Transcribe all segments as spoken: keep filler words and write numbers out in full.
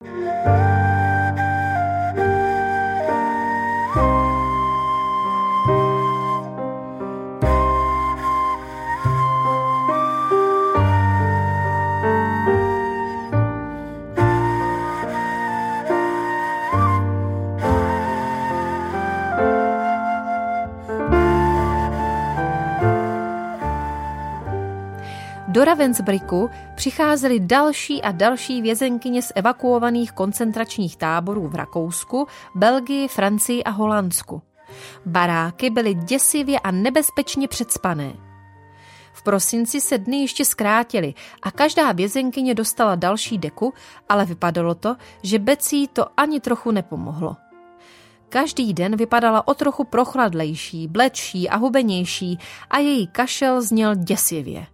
Do Ravensbrücku přicházely další a další vězenkyně z evakuovaných koncentračních táborů v Rakousku, Belgii, Francii a Holandsku. Baráky byly děsivě a nebezpečně přecpané. V prosinci se dny ještě zkrátily a každá vězenkyně dostala další deku, ale vypadalo to, že Betsy to ani trochu nepomohlo. Každý den vypadala o trochu prochladlejší, bledší a hubenější a její kašel zněl děsivě.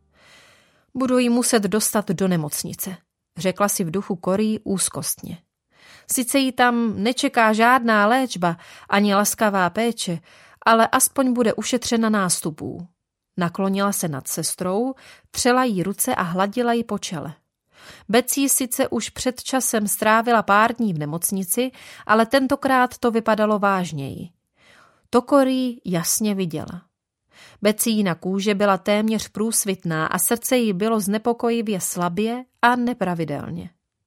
Budu jí muset dostat do nemocnice, řekla si v duchu Corrie úzkostně. Sice jí tam nečeká žádná léčba ani laskavá péče, ale aspoň bude ušetřena nástupů. Naklonila se nad sestrou, třela jí ruce a hladila jí po čele. Betsy sice už před časem strávila pár dní v nemocnici, ale tentokrát to vypadalo vážněji. To Corrie jasně viděla. Betsýna kůže byla téměř průsvitná a srdce jí bylo znepokojivě slabě a nepravidelně.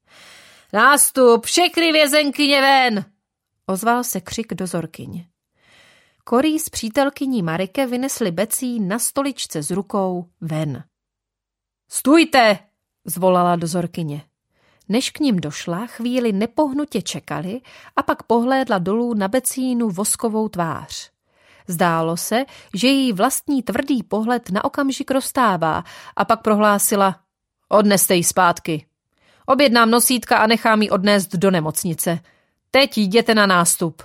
Nástup, všechny vězenkyně ven! Ozval se křik dozorkyně. Corrie s přítelkyní Marike vynesli Betsy na stoličce s rukou ven. Stůjte! Zvolala dozorkyně. Než k ním došla, chvíli nepohnutě čekali a pak pohlédla dolů na Betsýnu voskovou tvář. Zdálo se, že její vlastní tvrdý pohled na okamžik roztává a pak prohlásila: Odneste ji zpátky. Objednám nosítka a nechám ji odnést do nemocnice. Teď jděte na nástup.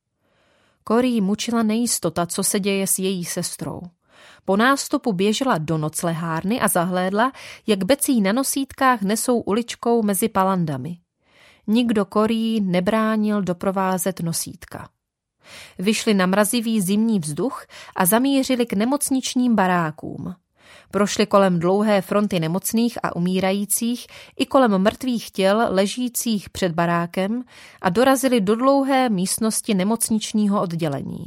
Corrie mučila nejistota, co se děje s její sestrou. Po nástupu běžela do noclehárny a zahlédla, jak Betsy na nosítkách nesou uličkou mezi palandami. Nikdo Corrie nebránil doprovázet nosítka. Vyšli na mrazivý zimní vzduch a zamířili k nemocničním barákům. Prošli kolem dlouhé fronty nemocných a umírajících i kolem mrtvých těl ležících před barákem a dorazili do dlouhé místnosti nemocničního oddělení.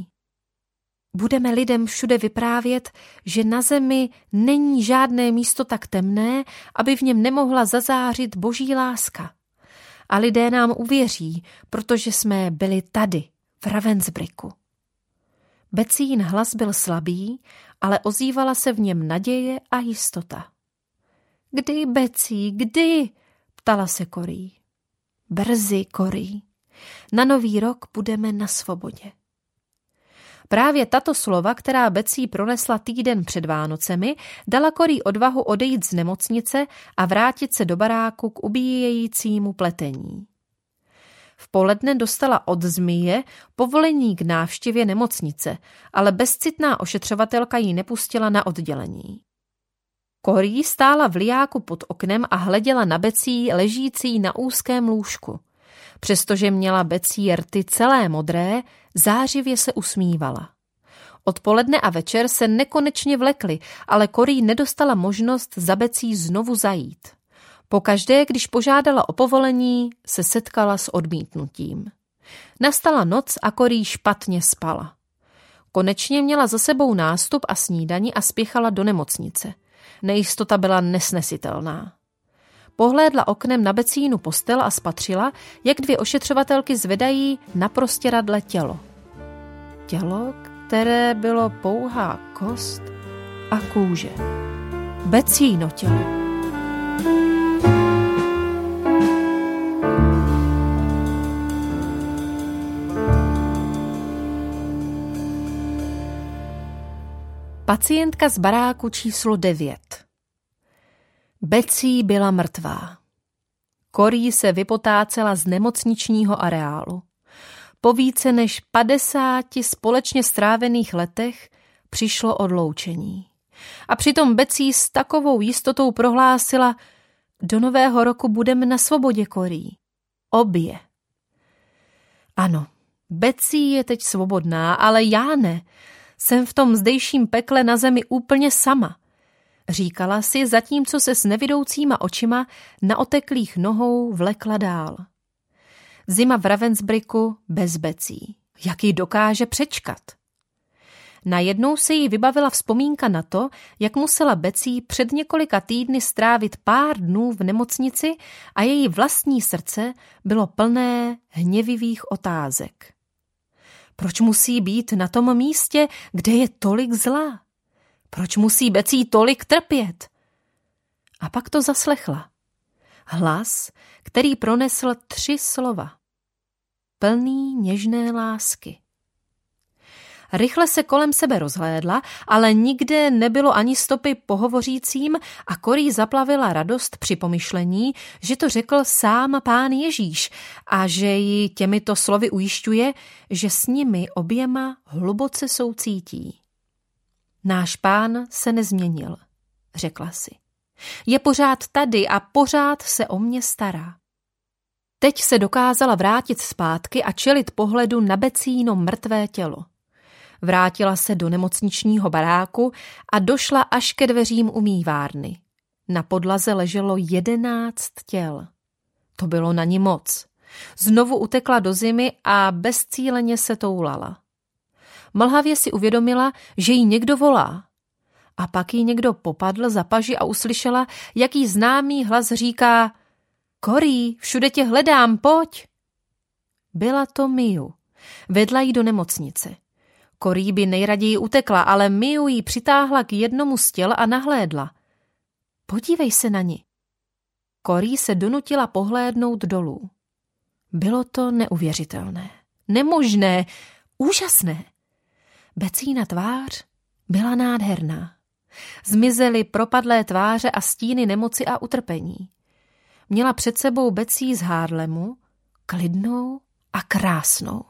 Budeme lidem všude vyprávět, že na zemi není žádné místo tak temné, aby v něm nemohla zazářit boží láska. A lidé nám uvěří, protože jsme byli tady, v Ravensbrücku. Betsyn hlas byl slabý, ale ozývala se v něm naděje a jistota. Kdy, Betsy, kdy? Ptala se Corrie. Brzy, Corrie. Na nový rok budeme na svobodě. Právě tato slova, která Betsy pronesla týden před Vánocemi, dala Corrie odvahu odejít z nemocnice a vrátit se do baráku k ubíjejícímu pletení. V poledne dostala od zmije povolení k návštěvě nemocnice, ale bezcitná ošetřovatelka ji nepustila na oddělení. Corrie stála v lijáku pod oknem a hleděla na Betsy ležící na úzkém lůžku. Přestože měla Betsy rty celé modré, zářivě se usmívala. Odpoledne a večer se nekonečně vlekly, ale Corrie nedostala možnost za Betsy znovu zajít. Pokaždé, když požádala o povolení, se setkala s odmítnutím. Nastala noc a Corrie špatně spala. Konečně měla za sebou nástup a snídani a spěchala do nemocnice. Nejistota byla nesnesitelná. Pohlédla oknem na Betsynu postel a spatřila, jak dvě ošetřovatelky zvedají na prostěradle tělo. Tělo, které bylo pouhá kost a kůže. Betsyno tělo. Pacientka z baráku číslo devět. Betsy byla mrtvá. Corrie se vypotácela z nemocničního areálu. Po více než padesáti společně strávených letech přišlo odloučení. A přitom Betsy s takovou jistotou prohlásila: do nového roku budeme na svobodě, Corrie. Obě. Ano, Betsy je teď svobodná, ale já ne. Jsem v tom zdejším pekle na zemi úplně sama. říkala si, zatímco se s nevidoucíma očima na oteklých nohou vlekla dál. Zima v Ravensbrücku bez Becí. Jak ji dokáže přečkat? Najednou se jí vybavila vzpomínka na to, jak musela Becí před několika týdny strávit pár dnů v nemocnici a její vlastní srdce bylo plné hněvivých otázek. Proč musí být na tom místě, kde je tolik zla? Proč musí Becí tolik trpět? A pak to zaslechla. Hlas, který pronesl tři slova. Plný něžné lásky. Rychle se kolem sebe rozhlédla, ale nikde nebylo ani stopy po hovořícím a Korí zaplavila radost při pomyšlení, že to řekl sám Pán Ježíš a že ji těmito slovy ujišťuje, že s nimi oběma hluboce soucítí. Náš Pán se nezměnil, řekla si. Je pořád tady a pořád se o mě stará. Teď se dokázala vrátit zpátky a čelit pohledu na Becíno mrtvé tělo. Vrátila se do nemocničního baráku a došla až ke dveřím umývárny. Na podlaze leželo jedenáct těl. To bylo na ní moc. Znovu utekla do zimy a bezcíleně se toulala. Mlhavě si uvědomila, že jí někdo volá. A pak jí někdo popadl za paži a uslyšela, jak jí známý hlas říká: Korí, všude tě hledám, pojď. Byla to Miu. Vedla jí do nemocnice. Korí by nejraději utekla, ale Miu jí přitáhla k jednomu z těl a nahlédla. Podívej se na ni. Korí se donutila pohlédnout dolů. Bylo to neuvěřitelné, nemožné, úžasné. Becína tvář byla nádherná. Zmizely propadlé tváře a stíny nemoci a utrpení. Měla před sebou Becí z Haarlemu, klidnou a krásnou.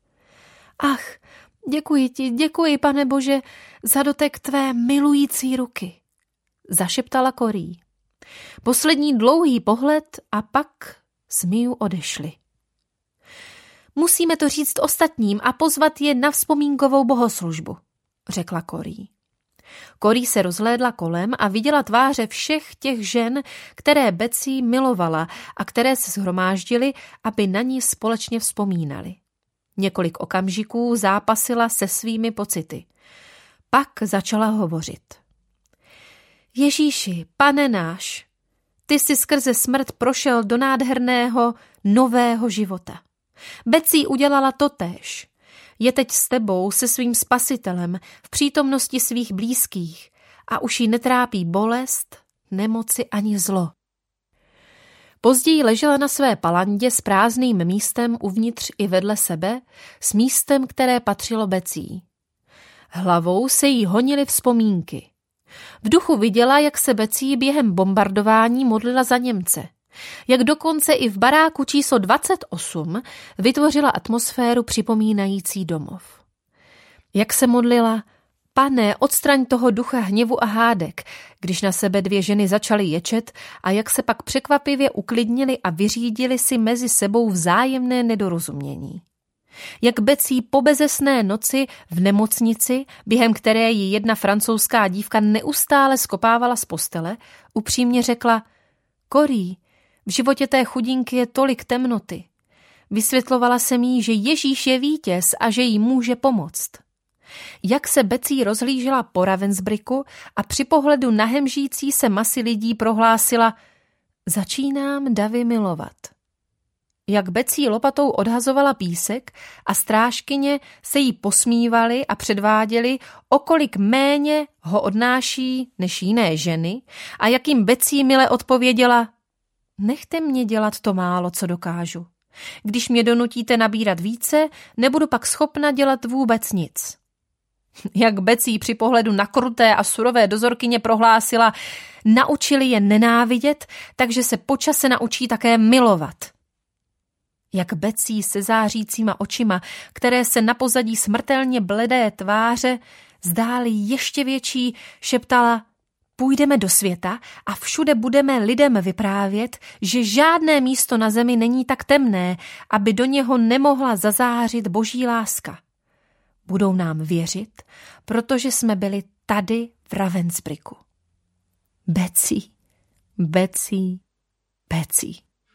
Ach, děkuji ti, děkuji, Pane Bože, za dotek tvé milující ruky, zašeptala Korí. Poslední dlouhý pohled a pak s Miu odešli. Musíme to říct ostatním a pozvat je na vzpomínkovou bohoslužbu, řekla Korí. Korí se rozhlédla kolem a viděla tváře všech těch žen, které Becí milovala a které se shromáždily, aby na ní společně vzpomínali. Několik okamžiků zápasila se svými pocity. Pak začala hovořit. Ježíši, Pane náš, ty jsi skrze smrt prošel do nádherného, nového života. Becí udělala totéž. Je teď s tebou, se svým spasitelem, v přítomnosti svých blízkých a už jí netrápí bolest, nemoci ani zlo. Později ležela na své palandě s prázdným místem uvnitř i vedle sebe, s místem, které patřilo Becí. Hlavou se jí honily vzpomínky. V duchu viděla, jak se Becí během bombardování modlila za Němce. Jak dokonce i v baráku číslo dvacet osm vytvořila atmosféru připomínající domov. Jak se modlila: Pane, odstraň toho ducha hněvu a hádek, když na sebe dvě ženy začaly ječet, a jak se pak překvapivě uklidnili a vyřídili si mezi sebou vzájemné nedorozumění. Jak Becí po bezesné noci v nemocnici, během které ji jedna francouzská dívka neustále skopávala z postele, upřímně řekla: Korí, v životě té chudinky je tolik temnoty. Vysvětlovala jsem jí, že Ježíš je vítěz a že jí může pomoct. Jak se Becí rozhlížela po Ravensbrücku a při pohledu na hemžící se masy lidí prohlásila: Začínám davy milovat. Jak Becí lopatou odhazovala písek a strážkyně se jí posmívaly a předváděly, o kolik méně ho odnáší než jiné ženy, a jak jim Becí mile odpověděla: Nechte mě dělat to málo, co dokážu. Když mě donutíte nabírat více, nebudu pak schopna dělat vůbec nic. Jak Becí při pohledu na kruté a surové dozorkyně prohlásila: Naučili je nenávidět, takže se po čase naučí také milovat. Jak Becí se zářícíma očima, které se na pozadí smrtelně bledé tváře zdály ještě větší, šeptala: Půjdeme do světa a všude budeme lidem vyprávět, že žádné místo na zemi není tak temné, aby do něho nemohla zazářit boží láska. Budou nám věřit, protože jsme byli tady v Ravensbrücku. Betsy, Betsy, Betsy.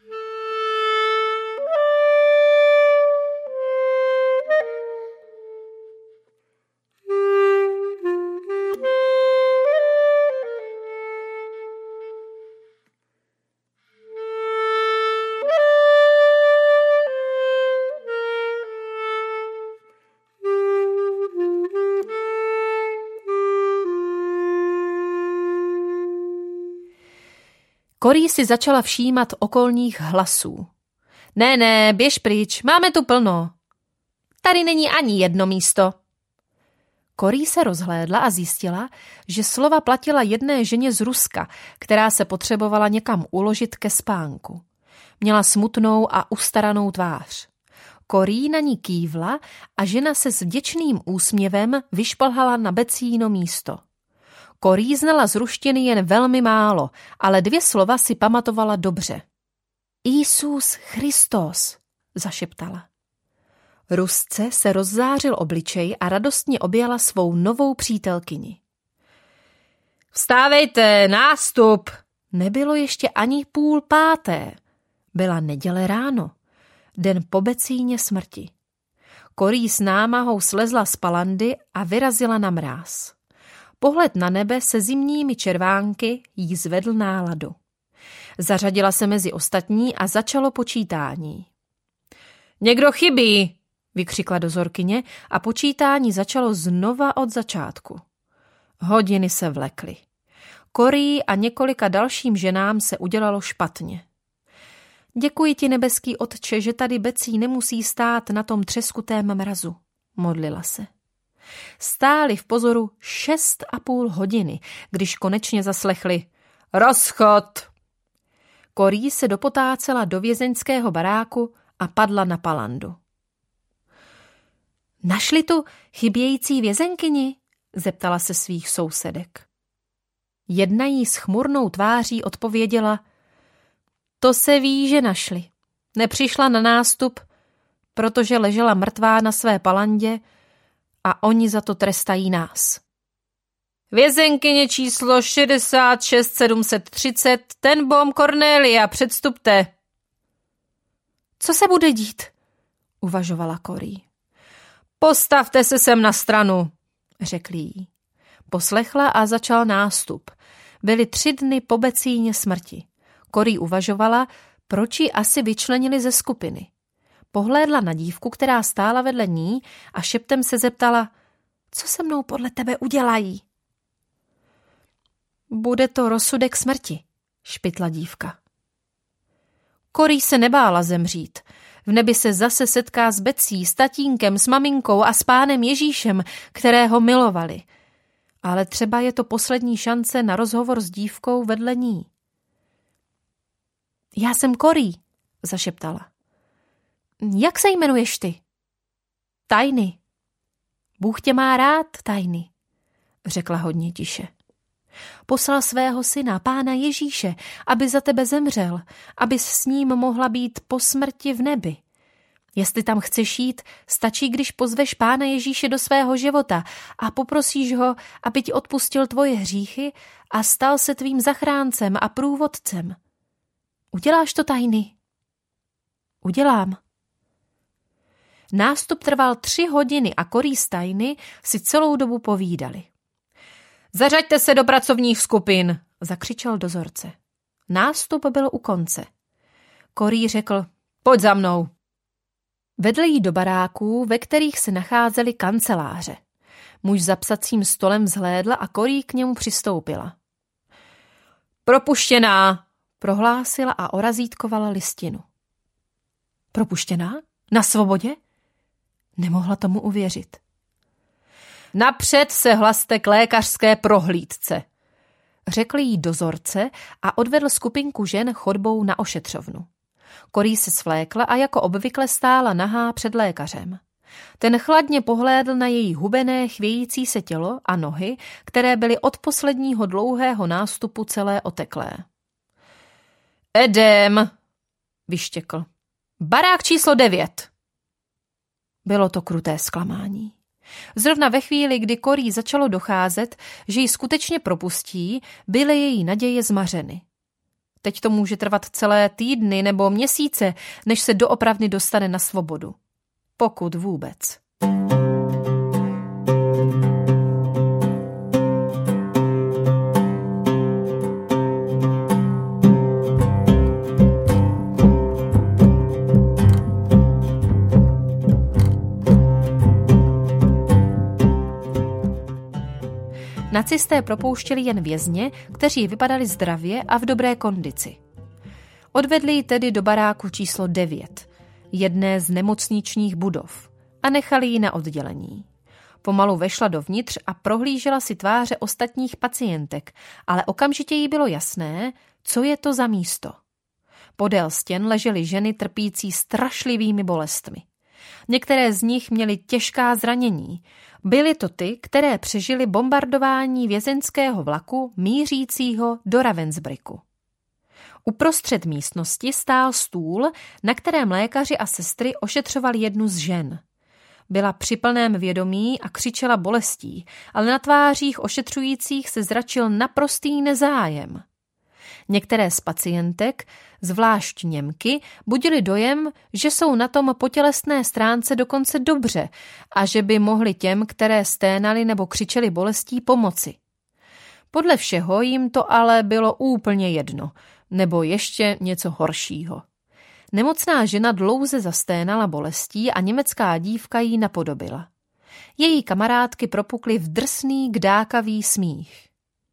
Corrie si začala všímat okolních hlasů. Ne, ne, běž pryč, máme tu plno. Tady není ani jedno místo. Corrie se rozhlédla a zjistila, že slova platila jedné ženě z Ruska, která se potřebovala někam uložit ke spánku. Měla smutnou a ustaranou tvář. Corrie na ní kývla a žena se s vděčným úsměvem vyšplhala na Betsíno místo. Corrie znala z ruštiny jen velmi málo, ale dvě slova si pamatovala dobře. Isus Christos, zašeptala. Rusce se rozzářil obličej a radostně objala svou novou přítelkyni. Vstávejte, nástup! Nebylo ještě ani půl páté. Byla neděle ráno, den po Betsíně smrti. Corrie s námahou slezla z palandy a vyrazila na mráz. Pohled na nebe se zimními červánky jí zvedl náladu. Zařadila se mezi ostatní a začalo počítání. Někdo chybí, vykřikla dozorkyně a počítání začalo znova od začátku. Hodiny se vlekly. Corrie a několika dalším ženám se udělalo špatně. Děkuji ti, nebeský otče, že tady Betsy nemusí stát na tom třeskutém mrazu, modlila se. Stáli v pozoru šest a půl hodiny, když konečně zaslechli rozchod. Corrie se dopotácela do vězeňského baráku a padla na palandu. Našli tu chybějící vězenkyni? Zeptala se svých sousedek. Jedna jí s chmurnou tváří odpověděla, to se ví, že našli. Nepřišla na nástup, protože ležela mrtvá na své palandě a oni za to trestají nás. Vězenkyně číslo šedesát šest sedm set třicet, ten bom Cornelia, předstupte. Co se bude dít? Uvažovala Corrie. Postavte se sem na stranu, řekl jí. Poslechla a začal nástup. Byly tři dny po Betsíně smrti. Corrie uvažovala, proč ji asi vyčlenili ze skupiny. Pohlédla na dívku, která stála vedle ní a šeptem se zeptala, co se mnou podle tebe udělají? Bude to rozsudek smrti, špitla dívka. Corrie se nebála zemřít. V nebi se zase setká s Betsy, s tatínkem, s maminkou a s pánem Ježíšem, kterého milovali. Ale třeba je to poslední šance na rozhovor s dívkou vedle ní. Já jsem Corrie, zašeptala. Jak se jmenuješ ty? Tajny. Bůh tě má rád, Tajny, řekla hodně tiše. Poslal svého syna, pána Ježíše, aby za tebe zemřel, abys s ním mohla být po smrti v nebi. Jestli tam chceš jít, stačí, když pozveš pána Ježíše do svého života a poprosíš ho, aby ti odpustil tvoje hříchy a stal se tvým zachráncem a průvodcem. Uděláš to, Tajny? Udělám. Nástup trval tři hodiny a Corrie s Tajny si celou dobu povídali. Zařaďte se do pracovních skupin, zakřičel dozorce. Nástup byl u konce. Corrie řekl, pojď za mnou. Vedl jí do baráků, ve kterých se nacházely kanceláře. Muž za psacím stolem vzhlédla a Corrie k němu přistoupila. Propuštěná, prohlásila a orazítkovala listinu. Propuštěná? Na svobodě? Nemohla tomu uvěřit. Napřed se hlaste k lékařské prohlídce, řekl jí dozorce a odvedl skupinku žen chodbou na ošetřovnu. Corrie se svlékla a jako obvykle stála nahá před lékařem. Ten chladně pohlédl na její hubené, chvějící se tělo a nohy, které byly od posledního dlouhého nástupu celé oteklé. Edem, vyštěkl. Barák číslo devět. Bylo to kruté zklamání. Zrovna ve chvíli, kdy Corrie začalo docházet, že ji skutečně propustí, byly její naděje zmařeny. Teď to může trvat celé týdny nebo měsíce, než se doopravdy dostane na svobodu. Pokud vůbec. Nacisté propouštěli jen vězně, kteří vypadali zdravě a v dobré kondici. Odvedli ji tedy do baráku číslo devět, jedné z nemocničních budov, a nechali ji na oddělení. Pomalu vešla dovnitř a prohlížela si tváře ostatních pacientek, ale okamžitě jí bylo jasné, co je to za místo. Podél stěn ležely ženy trpící strašlivými bolestmi. Některé z nich měly těžká zranění. Byly to ty, které přežily bombardování vězeňského vlaku mířícího do Ravensbrücku. Uprostřed místnosti stál stůl, na kterém lékaři a sestry ošetřovali jednu z žen. Byla při plném vědomí a křičela bolestí, ale na tvářích ošetřujících se zračil naprostý nezájem. Některé z pacientek, zvlášť Němky, budily dojem, že jsou na tom po tělesné stránce dokonce dobře a že by mohli těm, které sténaly nebo křičeli bolestí, pomoci. Podle všeho jim to ale bylo úplně jedno, nebo ještě něco horšího. Nemocná žena dlouze zasténala bolestí a německá dívka jí napodobila. Její kamarádky propukly v drsný, kdákavý smích.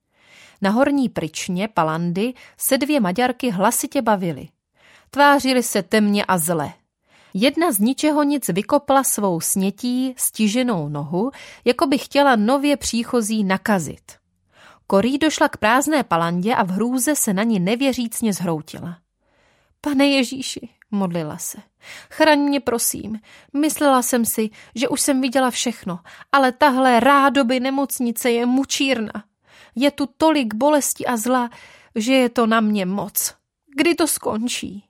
Na horní pryčně Palandy se dvě Maďarky hlasitě bavily. Tvářily se temně a zle. Jedna z ničeho nic vykopla svou snětí stiženou nohu, jako by chtěla nově příchozí nakazit. Corrie došla k prázdné Palandě a v hrůze se na ní nevěřícně zhroutila. Pane Ježíši, modlila se, chraň mě prosím. Myslela jsem si, že už jsem viděla všechno, ale tahle rádoby nemocnice je mučírna. Je tu tolik bolesti a zla, že je to na mě moc. Kdy to skončí?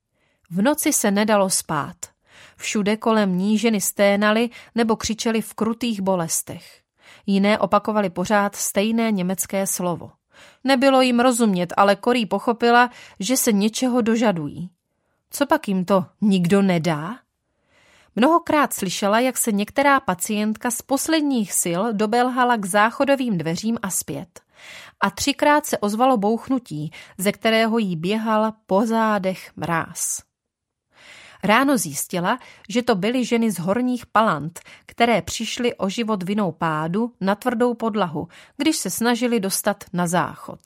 V noci se nedalo spát. Všude kolem ní ženy sténaly nebo křičely v krutých bolestech. Jiné opakovaly pořád stejné německé slovo. Nebylo jim rozumět, ale Corrie pochopila, že se něčeho dožadují. Co pak jim to nikdo nedá? Mnohokrát slyšela, jak se některá pacientka z posledních sil dobelhala k záchodovým dveřím a zpět. A třikrát se ozvalo bouchnutí, ze kterého jí běhal po zádech mráz. Ráno zjistila, že to byly ženy z horních Paland, které přišly o život vinou pádu na tvrdou podlahu, když se snažili dostat na záchod.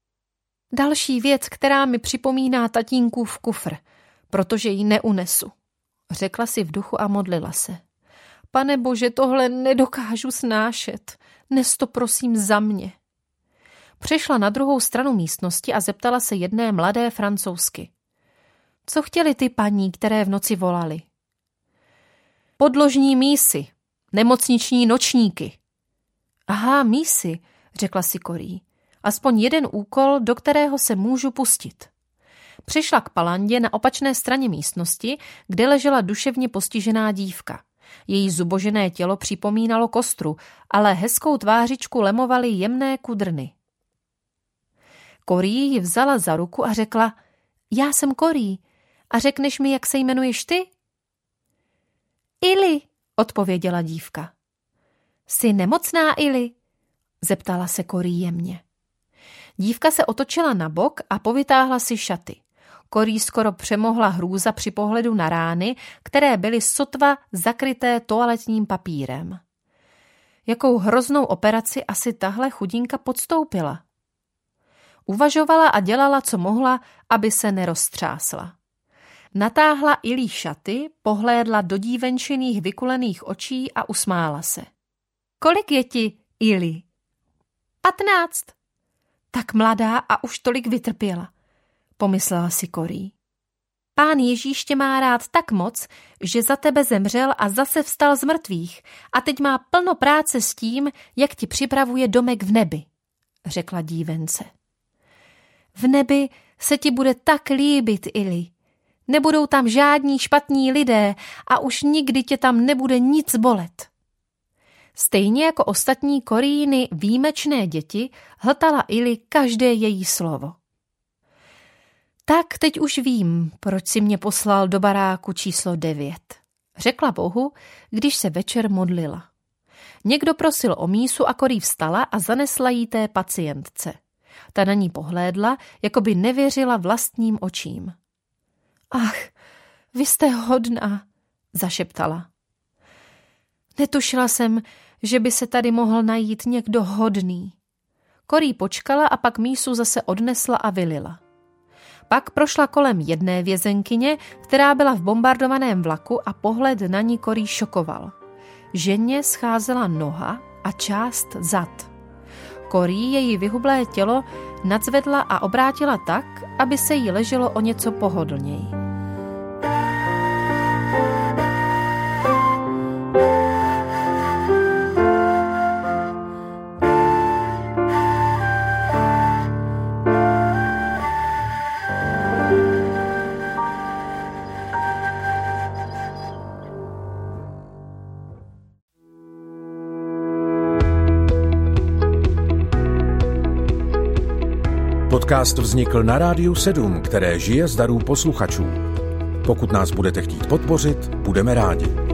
Další věc, která mi připomíná tatínkův kufr, protože ji neunesu, řekla si v duchu a modlila se. Pane Bože, tohle nedokážu snášet, nes to prosím za mě. Přešla na druhou stranu místnosti a zeptala se jedné mladé Francouzsky. Co chtěli ty paní, které v noci volali? Podložní mísy, nemocniční nočníky. Aha, mísy, řekla si Corrie. Aspoň jeden úkol, do kterého se můžu pustit. Přišla k Palandě na opačné straně místnosti, kde ležela duševně postižená dívka. Její zubožené tělo připomínalo kostru, ale hezkou tvářičku lemovaly jemné kudrny. Corrie ji vzala za ruku a řekla, já jsem Corrie, a řekneš mi, jak se jmenuješ ty? Ili, odpověděla dívka. Jsi nemocná, Ili? Zeptala se Corrie jemně. Dívka se otočila na bok a povytáhla si šaty. Corrie skoro přemohla hrůza při pohledu na rány, které byly sotva zakryté toaletním papírem. Jakou hroznou operaci asi tahle chudinka podstoupila? Uvažovala a dělala, co mohla, aby se neroztřásla. Natáhla Ili šaty, pohlédla do dívenčiných vykulených očí a usmála se. Kolik je ti, Ili? Patnáct. Tak mladá a už tolik vytrpěla, pomyslela si Corrie. Pán Ježíš tě má rád tak moc, že za tebe zemřel a zase vstal z mrtvých a teď má plno práce s tím, jak ti připravuje domek v nebi, řekla dívence. V nebi se ti bude tak líbit, Ili. Nebudou tam žádní špatní lidé a už nikdy tě tam nebude nic bolet. Stejně jako ostatní Koríny výjimečné děti hltala Ili každé její slovo. Tak teď už vím, proč si mě poslal do baráku číslo devět, řekla Bohu, když se večer modlila. Někdo prosil o mísu a Korí vstala a zanesla jí té pacientce. Ta na ní pohlédla, jako by nevěřila vlastním očím. Ach, vy jste hodná, zašeptala. Netušila jsem, že by se tady mohl najít někdo hodný. Korí počkala a pak mísu zase odnesla a vylila. Pak prošla kolem jedné vězenkyně, která byla v bombardovaném vlaku a pohled na ní Korí šokoval. Ženě scházela noha a část zad. Korí její vyhublé tělo nadzvedla a obrátila tak, aby se jí leželo o něco pohodlněji. Podcast vznikl na Rádiu sedm, které žije z darů posluchačů. Pokud nás budete chtít podpořit, budeme rádi.